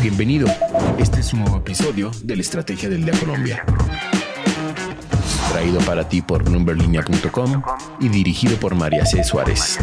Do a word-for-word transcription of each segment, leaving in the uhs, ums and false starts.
Bienvenido. Este es un nuevo episodio de la Estrategia del Día Colombia. Traído para ti por bloomberg linea punto com y dirigido por María C. Suárez.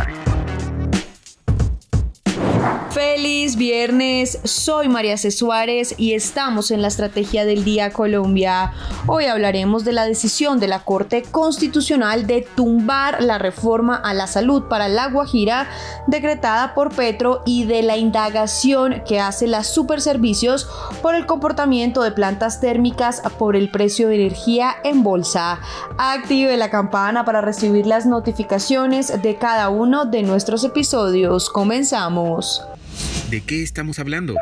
Feliz viernes, soy María C. Suárez y estamos en la Estrategia del Día Colombia. Hoy hablaremos de la decisión de la Corte Constitucional de tumbar la reforma a la salud para La Guajira decretada por Petro y de la indagación que hace la Superservicios por el comportamiento de plantas térmicas por el precio de energía en bolsa. Active la campana para recibir las notificaciones de cada uno de nuestros episodios. Comenzamos. ¿De qué estamos hablando?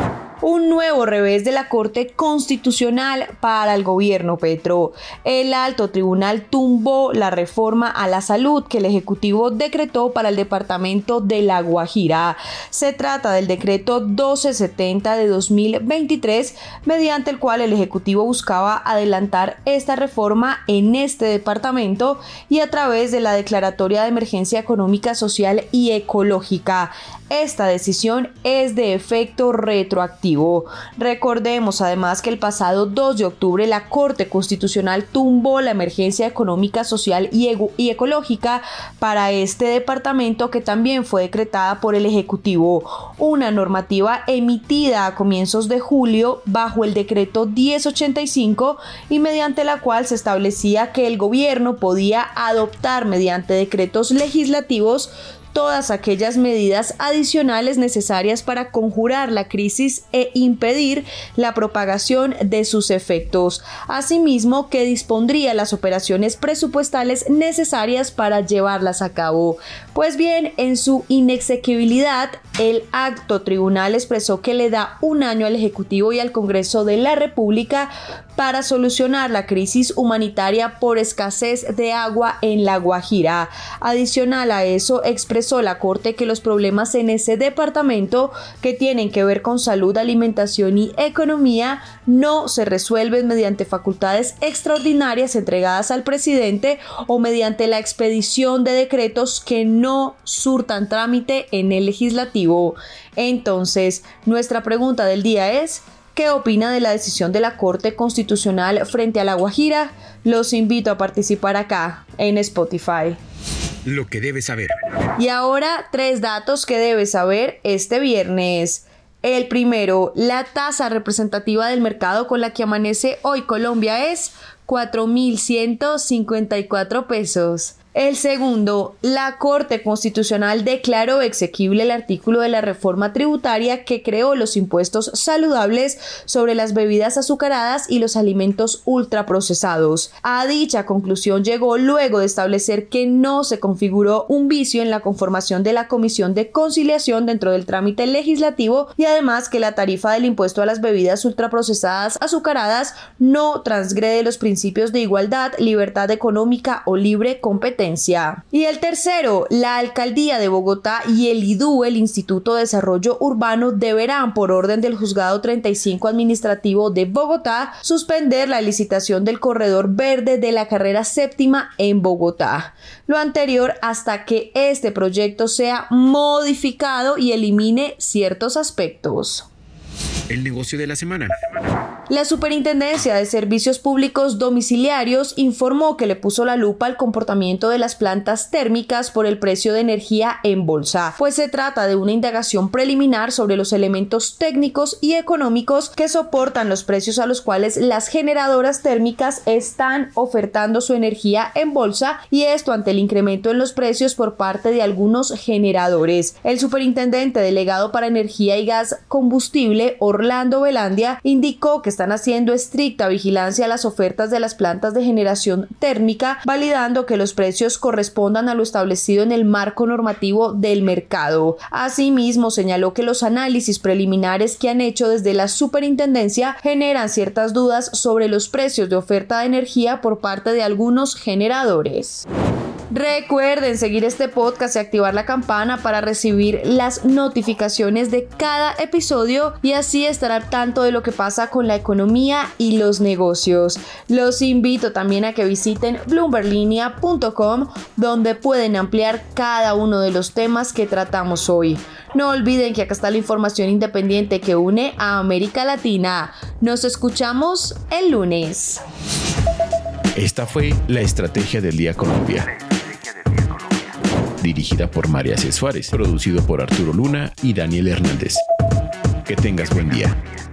Un nuevo revés de la Corte Constitucional para el gobierno Petro. El alto tribunal tumbó la reforma a la salud que el Ejecutivo decretó para el departamento de La Guajira. Se trata del decreto doce setenta de dos mil veintitrés, mediante el cual el Ejecutivo buscaba adelantar esta reforma en este departamento y a través de la Declaratoria de Emergencia Económica, Social y Ecológica. Esta decisión es de efecto retroactivo. Recordemos además que el pasado dos de octubre la Corte Constitucional tumbó la emergencia económica, social y, e- y ecológica para este departamento, que también fue decretada por el Ejecutivo. Una normativa emitida a comienzos de julio bajo el decreto diez ochenta y cinco y mediante la cual se establecía que el gobierno podía adoptar mediante decretos legislativos todas aquellas medidas adicionales necesarias para conjurar la crisis e impedir la propagación de sus efectos. Asimismo, que dispondría las operaciones presupuestales necesarias para llevarlas a cabo. Pues bien, en su inexequibilidad, el acto tribunal expresó que le da un año al Ejecutivo y al Congreso de la República para solucionar la crisis humanitaria por escasez de agua en La Guajira. Adicional a eso, expresó la Corte que los problemas en ese departamento que tienen que ver con salud, alimentación y economía no se resuelven mediante facultades extraordinarias entregadas al presidente o mediante la expedición de decretos que no surtan trámite en el legislativo. Entonces, nuestra pregunta del día es: ¿qué opina de la decisión de la Corte Constitucional frente a La Guajira? Los invito a participar acá en Spotify. Lo que debes saber. Y ahora, tres datos que debes saber este viernes. El primero, la tasa representativa del mercado con la que amanece hoy Colombia es cuatro mil ciento cincuenta y cuatro pesos. El segundo, la Corte Constitucional declaró exequible el artículo de la reforma tributaria que creó los impuestos saludables sobre las bebidas azucaradas y los alimentos ultraprocesados. A dicha conclusión llegó luego de establecer que no se configuró un vicio en la conformación de la Comisión de Conciliación dentro del trámite legislativo y además que la tarifa del impuesto a las bebidas ultraprocesadas azucaradas no transgrede los principios de igualdad, libertad económica o libre competencia. Y el tercero, la Alcaldía de Bogotá y el I D U, el Instituto de Desarrollo Urbano, deberán, por orden del Juzgado treinta y cinco Administrativo de Bogotá, suspender la licitación del corredor verde de la carrera séptima en Bogotá. Lo anterior hasta que este proyecto sea modificado y elimine ciertos aspectos. El negocio de la semana. La Superintendencia de Servicios Públicos Domiciliarios informó que le puso la lupa al comportamiento de las plantas térmicas por el precio de energía en bolsa, pues se trata de una indagación preliminar sobre los elementos técnicos y económicos que soportan los precios a los cuales las generadoras térmicas están ofertando su energía en bolsa, y esto ante el incremento en los precios por parte de algunos generadores. El superintendente delegado para energía y gas combustible, Orlando Velandia, indicó que están haciendo estricta vigilancia a las ofertas de las plantas de generación térmica, validando que los precios correspondan a lo establecido en el marco normativo del mercado. Asimismo, señaló que los análisis preliminares que han hecho desde la superintendencia generan ciertas dudas sobre los precios de oferta de energía por parte de algunos generadores. Recuerden seguir este podcast y activar la campana para recibir las notificaciones de cada episodio y así estar al tanto de lo que pasa con la economía y los negocios. Los invito también a que visiten bloomberg linea punto com, donde pueden ampliar cada uno de los temas que tratamos hoy. No olviden que acá está la información independiente que une a América Latina. Nos escuchamos el lunes. Esta fue la Estrategia del Día Colombia, dirigida por María C. Suárez, producido por Arturo Luna y Daniel Hernández. Que tengas buen día.